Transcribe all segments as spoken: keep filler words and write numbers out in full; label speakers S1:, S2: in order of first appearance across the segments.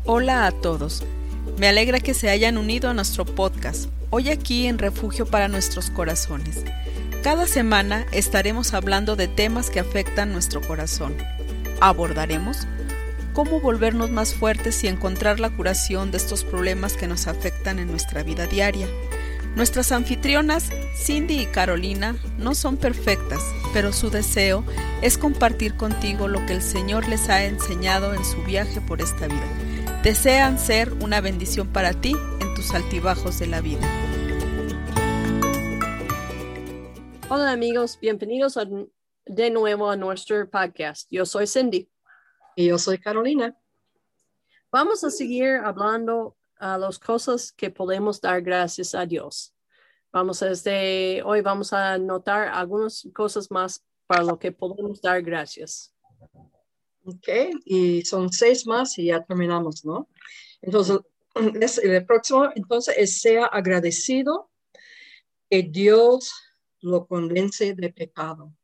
S1: Hola a todos. Me alegra que se hayan unido a nuestro podcast, hoy aquí en Refugio para Nuestros Corazones. Cada semana estaremos hablando de temas que afectan nuestro corazón. Abordaremos cómo volvernos más fuertes y encontrar la curación de estos problemas que nos afectan en nuestra vida diaria. Nuestras anfitrionas, Cindy y Carolina, no son perfectas, pero su deseo es compartir contigo lo que el Señor les ha enseñado en su viaje por esta vida. Desean ser una bendición para ti en tus altibajos de la vida.
S2: Hola amigos, bienvenidos a, de nuevo a nuestro podcast. Yo soy Cindy.
S3: Y yo soy Carolina.
S2: Vamos a seguir hablando a uh, las cosas que podemos dar gracias a Dios. Vamos a desde hoy vamos a notar algunas cosas más para lo que podemos dar gracias.
S3: Ok, y son seis más y ya terminamos, ¿no? Entonces, es, el próximo entonces es sea agradecido que Dios lo convence de pecado.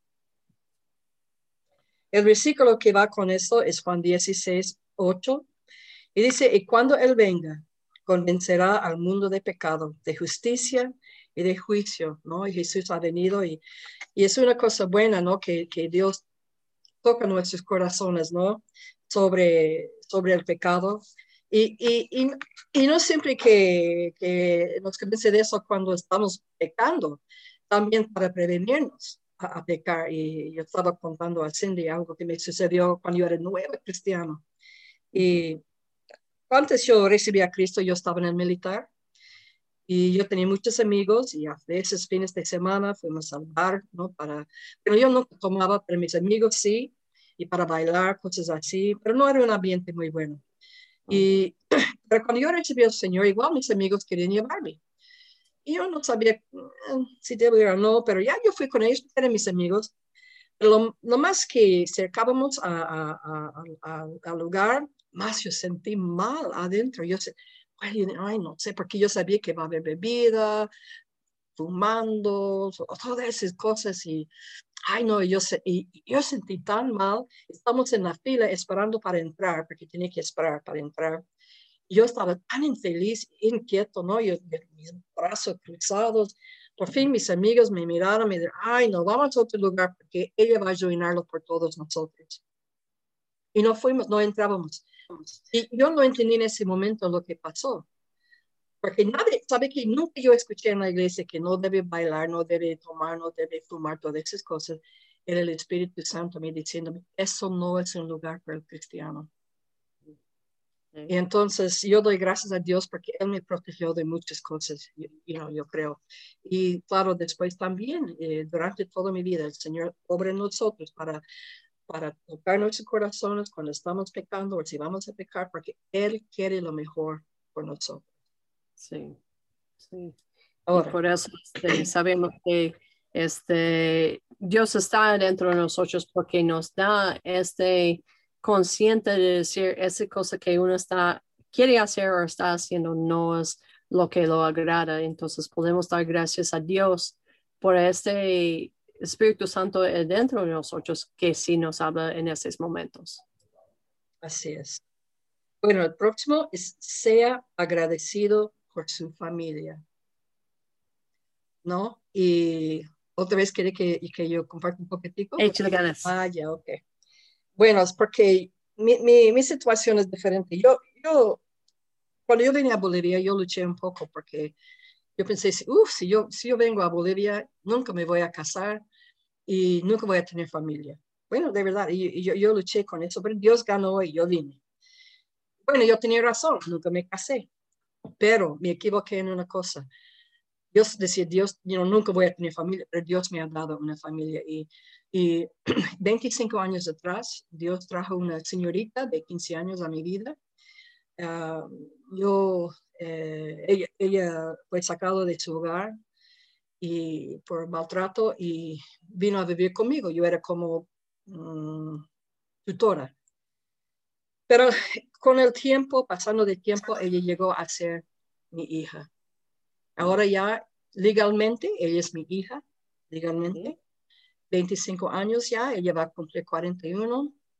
S3: El versículo que va con esto es Juan dieciséis, ocho, y dice, y cuando Él venga, convencerá al mundo de pecado, de justicia y de juicio, ¿no? Y Jesús ha venido y, y es una cosa buena, ¿no? Que, que Dios toca nuestros corazones, ¿no? Sobre, sobre el pecado. Y, y, y, y no siempre que, que nos convence de eso cuando estamos pecando, también para prevenirnos a, a pecar. Y yo estaba contando a Cindy algo que me sucedió cuando yo era nuevo cristiano. Y antes yo recibí a Cristo, yo estaba en el militar. Y yo tenía muchos amigos y a veces fines de semana fuimos al bar, ¿no? Para, pero yo no tomaba, pero mis amigos sí, y para bailar, cosas así, pero no era un ambiente muy bueno. Y pero cuando yo recibí al Señor, igual mis amigos querían llevarme. Y yo no sabía eh, si debo ir o no, pero ya yo fui con ellos, eran mis amigos. Lo, lo más que acercábamos a, a, a, a, al lugar, más yo sentí mal adentro. Yo sé, ay, no sé, porque yo sabía que va a haber bebida, fumando, todas esas cosas. Y, ay, no, yo, sé, y, yo sentí tan mal. Estamos en la fila esperando para entrar, porque tenía que esperar para entrar. Yo estaba tan infeliz, inquieto, ¿no? Yo, mis brazos cruzados. Por fin mis amigos me miraron y me dijeron, ay, no, vamos a otro lugar porque ella va a arruinarlo por todos nosotros. Y no fuimos, no entrábamos. Y yo no entendí en ese momento lo que pasó. Porque nadie, sabe que nunca yo escuché en la iglesia que no debe bailar, no debe tomar, no debe fumar, todas esas cosas. Era el Espíritu Santo me diciéndome, eso no es un lugar para el cristiano. Sí. Y entonces yo doy gracias a Dios porque Él me protegió de muchas cosas, you, you know, yo creo. Y claro, después también, eh, durante toda mi vida, el Señor obra en nosotros para, para tocar nuestros corazones cuando estamos pecando o si vamos a pecar, porque Él quiere lo mejor por nosotros.
S2: Sí, sí.
S3: Ahora,
S2: y por eso este, sabemos que este, Dios está dentro de nosotros porque nos da este consciente de decir esa cosa que uno está, quiere hacer o está haciendo no es lo que lo agrada. Entonces podemos dar gracias a Dios por este Espíritu Santo dentro de nosotros que sí nos habla en esos momentos.
S3: Así es. Bueno, el próximo es sea agradecido por su familia, ¿no? Y otra vez quiere que, que yo comparta un poquitico.
S2: Échale ganas.
S3: Ah, ya, ok. Bueno, es porque mi, mi, mi situación es diferente. Yo, yo, cuando yo vine a Bolivia, yo luché un poco porque yo pensé, uff, si yo, si yo vengo a Bolivia, nunca me voy a casar y nunca voy a tener familia. Bueno, de verdad, y, y yo, yo luché con eso, pero Dios ganó y yo vine. Bueno, yo tenía razón, nunca me casé, pero me equivoqué en una cosa. Dios decía, Dios, you know, nunca voy a tener familia, pero Dios me ha dado una familia. Y, y veinticinco años atrás, Dios trajo una señorita de quince años a mi vida. Uh, yo, eh, ella, ella fue sacada de su hogar y por maltrato y vino a vivir conmigo. Yo era como um, tutora. Pero con el tiempo, pasando de tiempo, ella llegó a ser mi hija. Ahora ya legalmente, ella es mi hija, legalmente. veinticinco años ya, ella va a cumplir cuarenta y uno.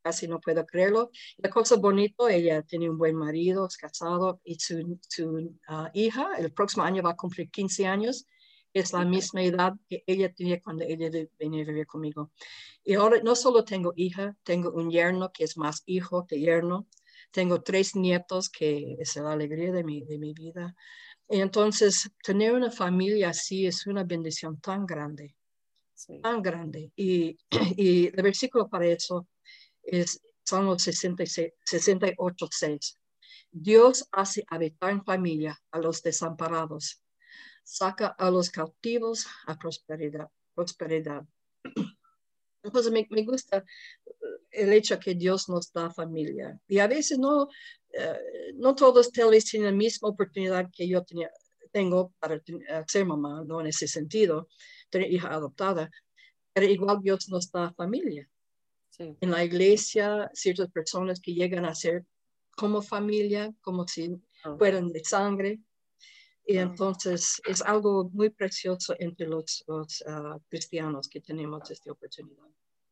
S3: casi no puedo creerlo. La cosa bonita, ella tiene un buen marido, es casado, y su, su uh, hija el próximo año va a cumplir quince años. Es la misma edad que ella tenía cuando ella venía a vivir conmigo. Y ahora no solo tengo hija, tengo un yerno que es más hijo que yerno. Tengo tres nietos que es la alegría de mi, de mi vida. Y entonces, tener una familia así es una bendición tan grande, sí. tan grande. Y, y el versículo para eso es Salmo sesenta y ocho, seis. Dios hace habitar en familia a los desamparados, saca a los cautivos a prosperidad. prosperidad. Entonces me, me gusta el hecho que Dios nos da familia. Y a veces no, uh, no todos tal vez tienen la misma oportunidad que yo tenía, tengo para uh, ser mamá, no en ese sentido, tener hija adoptada, pero igual Dios nos da familia. Sí. En la iglesia, ciertas personas que llegan a ser como familia, como si oh. fueran de sangre. Y oh. entonces es algo muy precioso entre los, los uh, cristianos que tenemos esta oportunidad.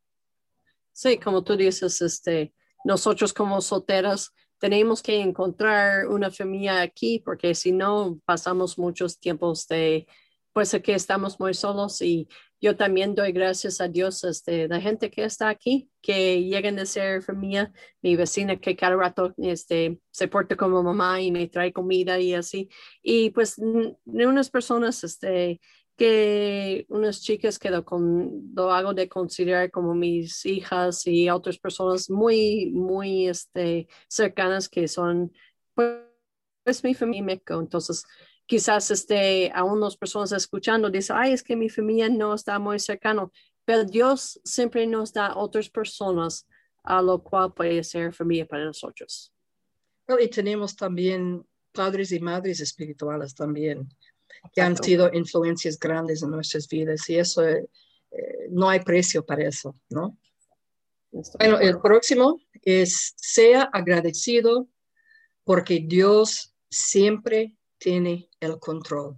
S2: Sí, como tú dices, este, nosotros como solteras tenemos que encontrar una familia aquí porque si no pasamos muchos tiempos de, pues aquí estamos muy solos y yo también doy gracias a Dios este, la gente que está aquí, que llegan a ser familia, mi vecina que cada rato este, se porta como mamá y me trae comida y así. Y pues de unas personas este, que unas chicas que lo, con, lo hago de considerar como mis hijas y otras personas muy, muy este, cercanas que son pues, pues mi familia. Entonces, quizás este, a unas personas escuchando dicen, ay, es que mi familia no está muy cercano, pero Dios siempre nos da otras personas a lo cual puede ser familia para nosotros.
S3: Well, y tenemos también padres y madres espirituales también, que han sido influencias grandes en nuestras vidas y eso eh, no hay precio para eso, ¿no? Bueno, el próximo es sea agradecido porque Dios siempre tiene el control.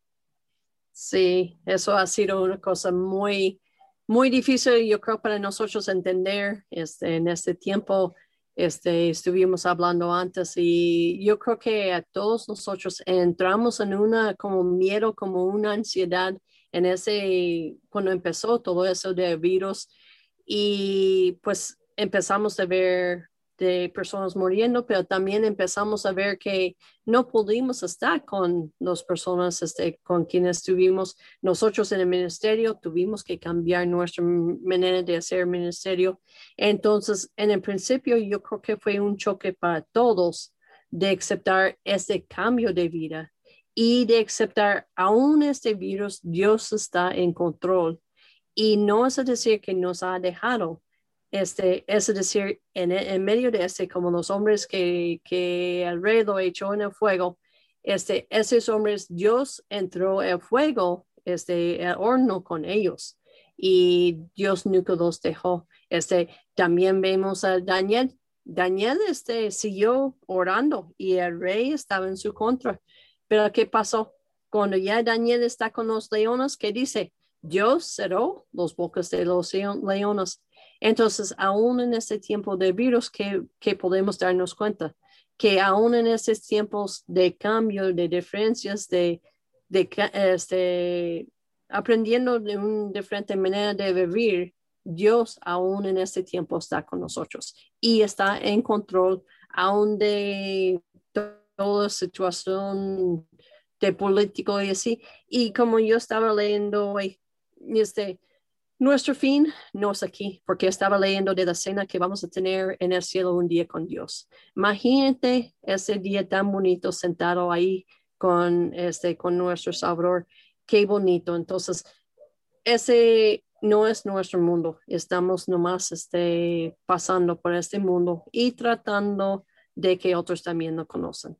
S2: Sí, eso ha sido una cosa muy, muy difícil, yo creo, para nosotros entender este, en este tiempo. Este, estuvimos hablando antes y yo creo que a todos nosotros entramos en una como miedo, como una ansiedad en ese, cuando empezó todo eso de virus y pues empezamos a ver de personas muriendo, pero también empezamos a ver que no pudimos estar con las personas este, con quienes estuvimos. Nosotros en el ministerio tuvimos que cambiar nuestra manera de hacer ministerio. Entonces, en el principio, yo creo que fue un choque para todos de aceptar este cambio de vida y de aceptar aún este virus, Dios está en control. Y no es decir que nos ha dejado. Este, es decir, en, en medio de este, como los hombres que, que el rey lo echó en el fuego, este, esos hombres, Dios entró el fuego, este, el horno con ellos y Dios nunca los dejó. Este, también vemos a Daniel. Daniel este, siguió orando y el rey estaba en su contra. Pero ¿qué pasó? Cuando ya Daniel está con los leones, ¿qué dice? Dios cerró los bocas de los leones. Entonces, aún en este tiempo de virus, que, que podemos darnos cuenta que aún en estos tiempos de cambio, de diferencias, de, de este, aprendiendo de una diferente manera de vivir, Dios aún en este tiempo está con nosotros y está en control aún de toda la situación de político y así. Y como yo estaba leyendo hoy, este, nuestro fin no es aquí, porque estaba leyendo de la cena que vamos a tener en el cielo un día con Dios. Imagínate ese día tan bonito sentado ahí con, este, con nuestro Salvador. Qué bonito. Entonces, ese no es nuestro mundo. Estamos nomás este, pasando por este mundo y tratando de que otros también lo conozcan.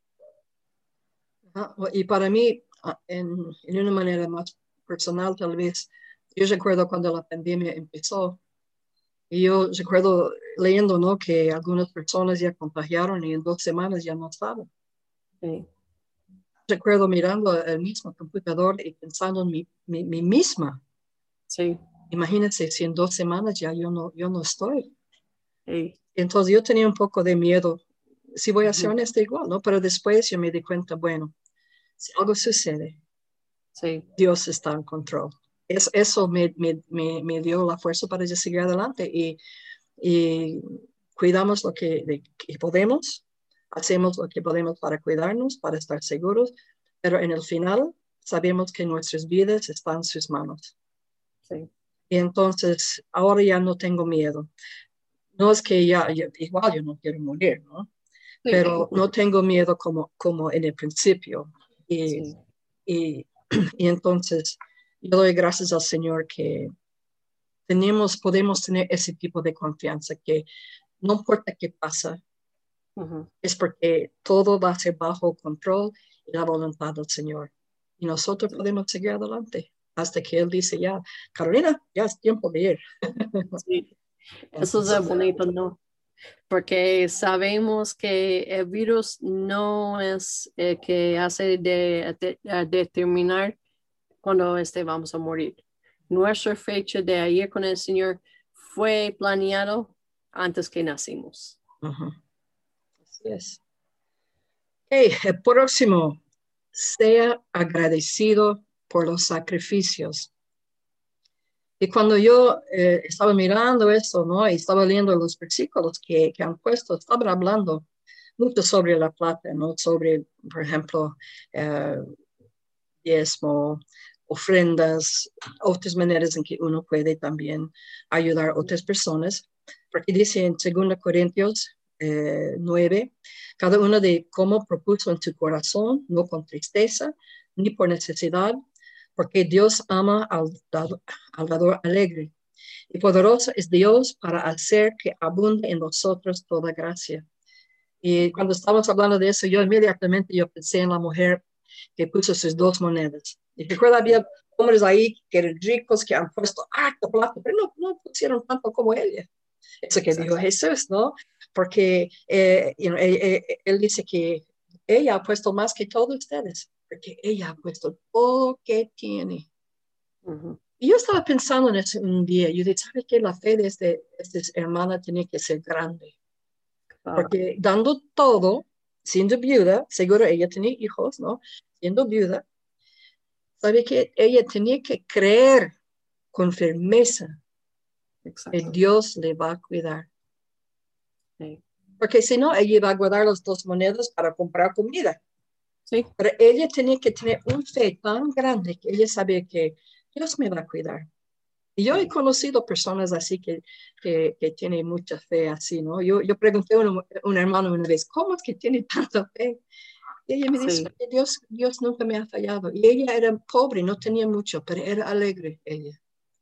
S3: Y para mí, en, en una manera más personal, tal vez, yo recuerdo cuando la pandemia empezó, y yo recuerdo leyendo, ¿no?, que algunas personas ya contagiaron y en dos semanas ya no estaban. Sí. Recuerdo mirando el mismo computador y pensando en mí mi, mi misma.
S2: Sí.
S3: Imagínense si en dos semanas ya yo no, yo no estoy.
S2: Hey.
S3: Entonces yo tenía un poco de miedo. Si voy a ser honesta igual, ¿no? Pero después yo me di cuenta, bueno, si algo sucede,
S2: Sí.
S3: Dios está en control. Es, eso me, me, me, me dio la fuerza para yo seguir adelante y, y cuidamos lo que, de, que podemos, hacemos lo que podemos para cuidarnos, para estar seguros, pero en el final sabemos que nuestras vidas están en sus manos.
S2: Sí.
S3: Y entonces ahora ya no tengo miedo. No es que ya, ya igual yo no quiero morir, ¿no?
S2: Sí.
S3: Pero no tengo miedo como, como en el principio. Y,
S2: Sí.
S3: y, y entonces yo doy gracias al Señor que tenemos, podemos tener ese tipo de confianza, que no importa qué pasa,
S2: Uh-huh.
S3: es porque todo va a ser bajo control y la voluntad del Señor. Y nosotros podemos seguir adelante hasta que Él dice ya, Carolina, ya es tiempo de ir.
S2: Sí. Eso es bonito, ¿no? Porque sabemos que el virus no es el que hace de, de, de determinar cuando este vamos a morir. Nuestra fecha de ayer con el Señor fue planeado antes que nacimos.
S3: Uh-huh. Así es. Hey, el próximo, sea agradecido por los sacrificios. Y cuando yo eh, estaba mirando esto, ¿no? Y estaba leyendo los versículos que, que han puesto, estaban hablando mucho sobre la plata, ¿no? Sobre, por ejemplo, eh, diezmo, ofrendas, otras maneras en que uno puede también ayudar a otras personas. Porque dice en dos Corintios eh, nueve, cada uno de cómo propuso en su corazón, no con tristeza, ni por necesidad, porque Dios ama al, al dador alegre. Y poderoso es Dios para hacer que abunde en nosotros toda gracia. Y cuando estábamos hablando de eso, yo inmediatamente yo pensé en la mujer que puso sus dos monedas. Y recuerda, había hombres ahí que eran ricos, que han puesto harto plata, pero no, no pusieron tanto como ella. Eso que dijo Jesús, ¿no? Porque eh, you know, él, él, él dice que ella ha puesto más que todos ustedes, porque ella ha puesto todo lo que tiene. Uh-huh. Y yo estaba pensando en eso un día. Yo dije, ¿sabes qué? La fe de este, esta hermana tenía que ser grande. Porque dando todo, siendo viuda, seguro ella tenía hijos, ¿no? Siendo viuda, sabe que ella tenía que creer con firmeza Exacto. que Dios le va a cuidar. Sí. Porque si no, ella iba a guardar las dos monedas para comprar comida. Sí. Pero ella tenía que tener un fe tan grande que ella sabía que Dios me va a cuidar. Y yo he conocido personas así que, que, que tienen mucha fe así, ¿no? Yo, yo pregunté a un, un hermano una vez, ¿cómo es que tiene tanta fe? Y ella me dice, sí. Dios, Dios nunca me ha fallado. Y ella era pobre, no tenía mucho, pero era alegre ella.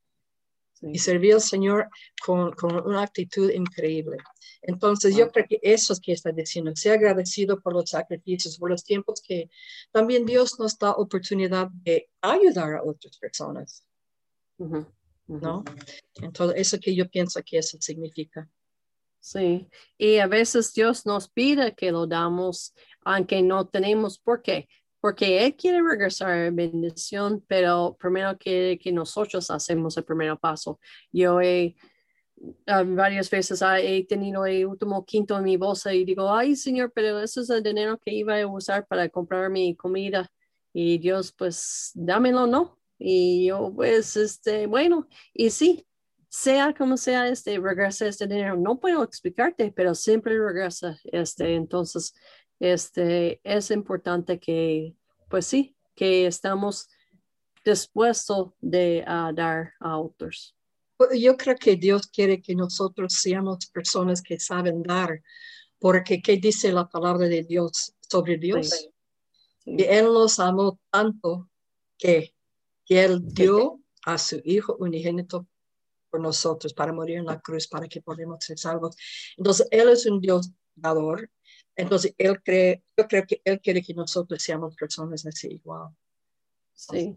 S3: Sí. Y servía al Señor con, con una actitud increíble. Entonces wow. Yo creo que eso es que está diciendo, sea agradecido por los sacrificios, por los tiempos que también Dios nos da oportunidad de ayudar a otras personas. Uh-huh. ¿No? Entonces, eso que yo pienso que eso significa.
S2: Sí, y a veces Dios nos pide que lo damos, aunque no tenemos por qué, porque Él quiere regresar a bendición, pero primero quiere que nosotros hacemos el primer paso. Yo he, uh, varias veces he tenido el último quinto en mi bolsa y digo, ay Señor, pero eso es el dinero que iba a usar para comprar mi comida. Y Dios, pues, dámelo, ¿no? Y yo, pues, este, bueno, y sí, sea como sea, este, regresa este dinero. No puedo explicarte, pero siempre regresa, este, entonces, este, es importante que, pues sí, que estamos dispuestos de uh, dar a otros.
S3: Yo creo que Dios quiere que nosotros seamos personas que saben dar, porque ¿qué dice la palabra de Dios sobre Dios? Sí. Sí. Que Él nos amó tanto que que Él dio a su Hijo unigénito por nosotros, para morir en la cruz, para que podamos ser salvos. Entonces, Él es un Dios dador. Entonces, Él cree, yo creo que Él quiere que nosotros seamos personas así igual.
S2: Sí.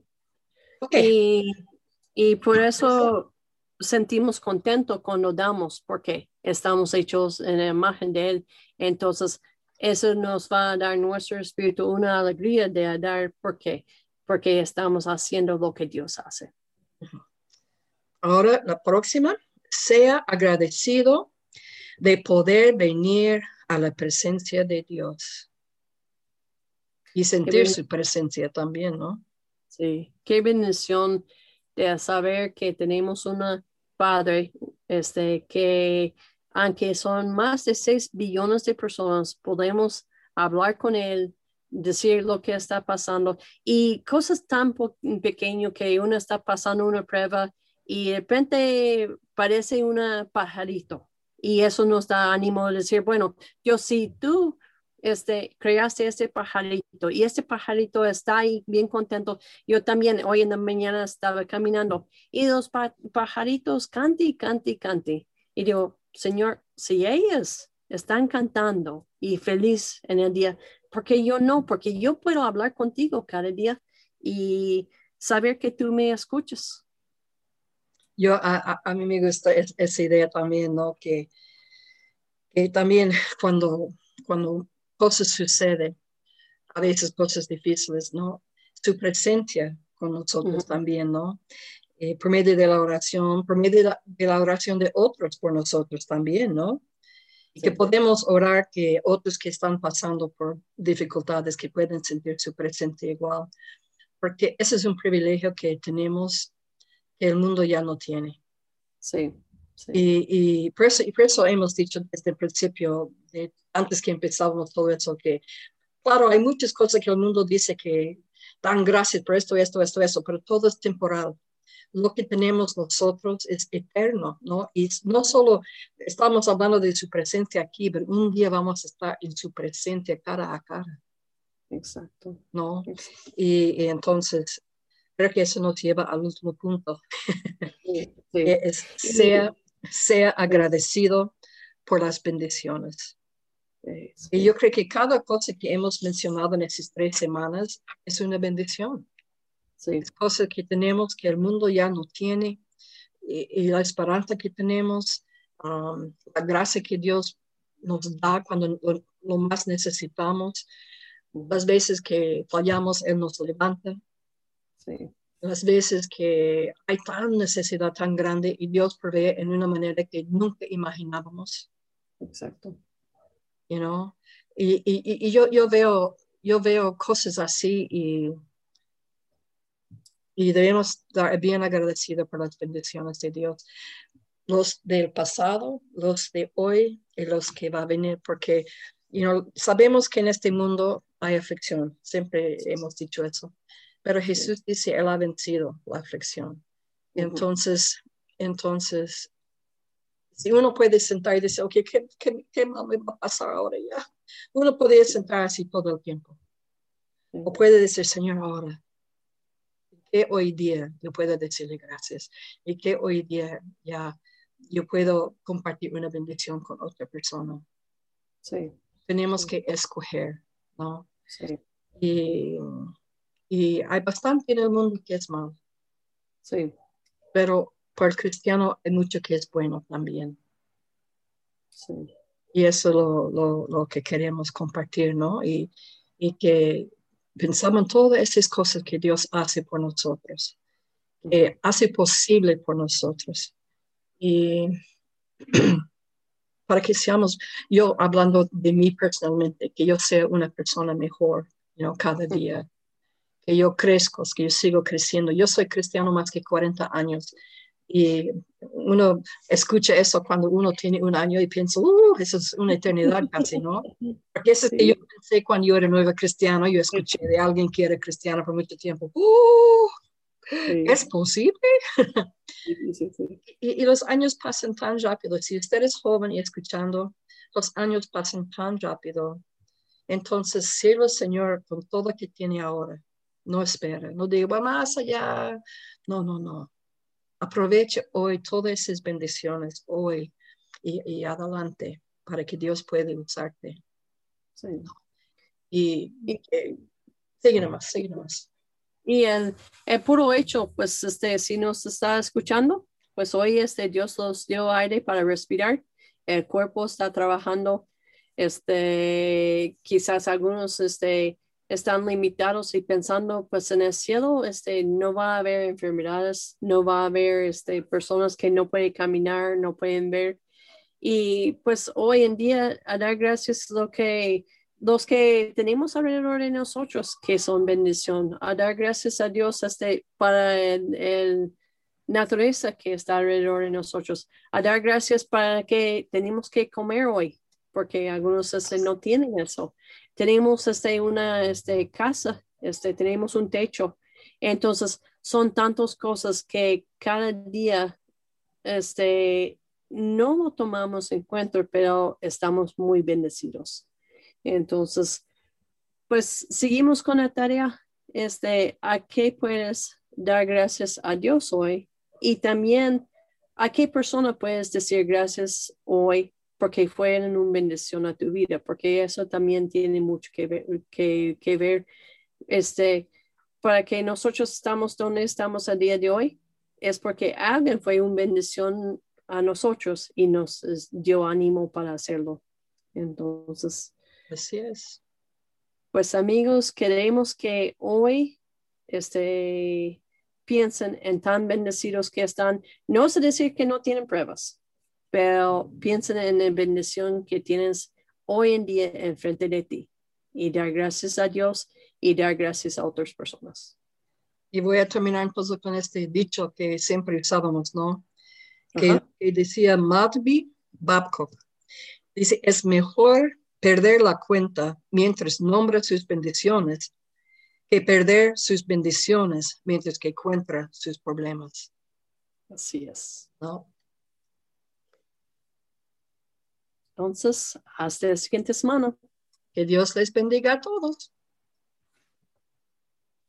S2: Okay. Y, y por eso sentimos contento cuando damos, porque estamos hechos en la imagen de Él. Entonces, eso nos va a dar nuestro espíritu una alegría de dar, porque porque estamos haciendo lo que Dios hace.
S3: Ahora, la próxima, sea agradecido de poder venir a la presencia de Dios y sentir su presencia también, ¿no?
S2: Sí, qué bendición de saber que tenemos una Padre, este, que aunque son más de seis billones de personas, podemos hablar con Él, decir lo que está pasando y cosas tan pequeñas que uno está pasando una prueba y de repente parece un pajarito y eso nos da ánimo de decir, bueno, yo si tú este, creaste este pajarito y este pajarito está ahí bien contento. Yo también hoy en la mañana estaba caminando y los pa pajaritos canti, canti, canti. Y digo, Señor, si ellas están cantando y feliz en el día, ¿por qué yo no? Porque yo puedo hablar contigo cada día y saber que tú me escuchas.
S3: Yo, a, a, a mí me gusta es, esa idea también, ¿no? Que, que también cuando, cuando cosas suceden, a veces cosas difíciles, ¿no? Su presencia con nosotros uh-huh. también, ¿no? Eh, por medio de la oración, por medio de la, de la oración de otros por nosotros también, ¿no? Y sí. Que podemos orar que otros que están pasando por dificultades, que pueden sentir su presencia igual, porque ese es un privilegio que tenemos que el mundo ya no tiene.
S2: Sí. Sí.
S3: Y, y, por eso, y por eso hemos dicho desde el principio, de, antes que empezábamos todo eso, que claro, hay muchas cosas que el mundo dice que dan gracias por esto, esto, esto, eso, pero todo es temporal. Lo que tenemos nosotros es eterno, ¿no? Y no solo estamos hablando de su presencia aquí, pero un día vamos a estar en su presencia cara a cara.
S2: Exacto.
S3: ¿No?
S2: Exacto.
S3: Y, y entonces, creo que eso nos lleva al último punto.
S2: Sí, sí.
S3: Es, sea, sea agradecido por las bendiciones. Sí, sí. Y yo creo que cada cosa que hemos mencionado en estas tres semanas es una bendición. Sí. Es cosas que tenemos que el mundo ya no tiene y, y la esperanza que tenemos, um, la gracia que Dios nos da cuando lo, lo más necesitamos. Las veces que fallamos, Él nos levanta. Sí. Las veces que hay tan necesidad tan grande y Dios provee en una manera que nunca imaginábamos.
S2: Exacto.
S3: You know? Y, y, y yo, yo, veo, yo veo cosas así y, y debemos estar bien agradecidos por las bendiciones de Dios. Los del pasado, los de hoy y los que va a venir, porque you know, sabemos que en este mundo hay aflicción, siempre hemos dicho eso, pero Jesús sí. dice, Él ha vencido la aflicción. Uh-huh. Entonces, entonces, si uno puede sentar y decir, ok, ¿qué, qué, qué mal me va a pasar ahora ya? Uno puede sentar así todo el tiempo. Uh-huh. O puede decir, Señor, ahora, que hoy día yo puedo decirle gracias y que hoy día ya yo puedo compartir una bendición con otra persona.
S2: Sí.
S3: Tenemos
S2: sí.
S3: que escoger, ¿no?
S2: Sí.
S3: Y, y hay bastante en el mundo que es malo.
S2: Sí.
S3: Pero por el cristiano hay mucho que es bueno también.
S2: Sí.
S3: Y eso es lo, lo, lo que queremos compartir, ¿no? Y, y que pensamos en todas esas cosas que Dios hace por nosotros, que uh-huh. hace posible por nosotros. Y para que seamos, yo hablando de mí personalmente, que yo sea una persona mejor, you know, cada día, que yo crezco, que yo sigo creciendo. Yo soy cristiano más que cuarenta años y uno escucha eso cuando uno tiene un año y piensa, uh, eso es una eternidad casi, ¿no? Porque eso sí. es que yo pensé cuando yo era nueva cristiano, yo escuché de alguien que era cristiano por mucho tiempo, uh, sí. ¿es posible?
S2: Sí, sí, sí.
S3: Y, y los años pasan tan rápido. Si usted es joven y escuchando, los años pasan tan rápido. Entonces, sirva al Señor con todo lo que tiene ahora. No espera, no diga, va más allá. No, no, no. Aproveche hoy todas esas bendiciones, hoy y, y adelante, para que Dios pueda usarte.
S2: Sí.
S3: Y, y eh, sigue nomás, sigue nomás.
S2: Y el, el puro hecho, pues, este, si nos está escuchando, pues hoy este, Dios nos dio aire para respirar, el cuerpo está trabajando, este, quizás algunos este, están limitados y pensando, pues en el cielo este, no va a haber enfermedades, no va a haber este, personas que no pueden caminar, no pueden ver, Y pues hoy en día a dar gracias lo que los que tenemos alrededor de nosotros que son bendición, a dar gracias a Dios este, para el, el naturaleza que está alrededor de nosotros, a dar gracias para que tenemos que comer hoy, porque algunos este, no tienen eso. Tenemos este, una este, casa, este, tenemos un techo. Entonces, son tantas cosas que cada día este, no lo tomamos en cuenta, pero estamos muy bendecidos. Entonces, pues seguimos con la tarea. Este, ¿a qué puedes dar gracias a Dios hoy? Y también, ¿a qué persona puedes decir gracias hoy porque fueron una bendición a tu vida? Porque eso también tiene mucho que ver, que, que ver este, para que nosotros estamos donde estamos a día de hoy, es porque alguien fue una bendición a nosotros y nos dio ánimo para hacerlo. Entonces,
S3: Así es.
S2: pues amigos, queremos que hoy este, piensen en tan bendecidos que están. No es decir que no tienen pruebas, pero piensen en la bendición que tienes hoy en día enfrente de ti y dar gracias a Dios y dar gracias a otras personas.
S3: Y voy a terminar entonces con este dicho que siempre usábamos, ¿no? Que, que decía Maltby Babcock. Dice, es mejor perder la cuenta mientras nombra sus bendiciones que perder sus bendiciones mientras que encuentra sus problemas.
S2: Así es.
S3: ¿No?
S2: Entonces, hasta la siguiente semana.
S3: Que Dios les bendiga a todos.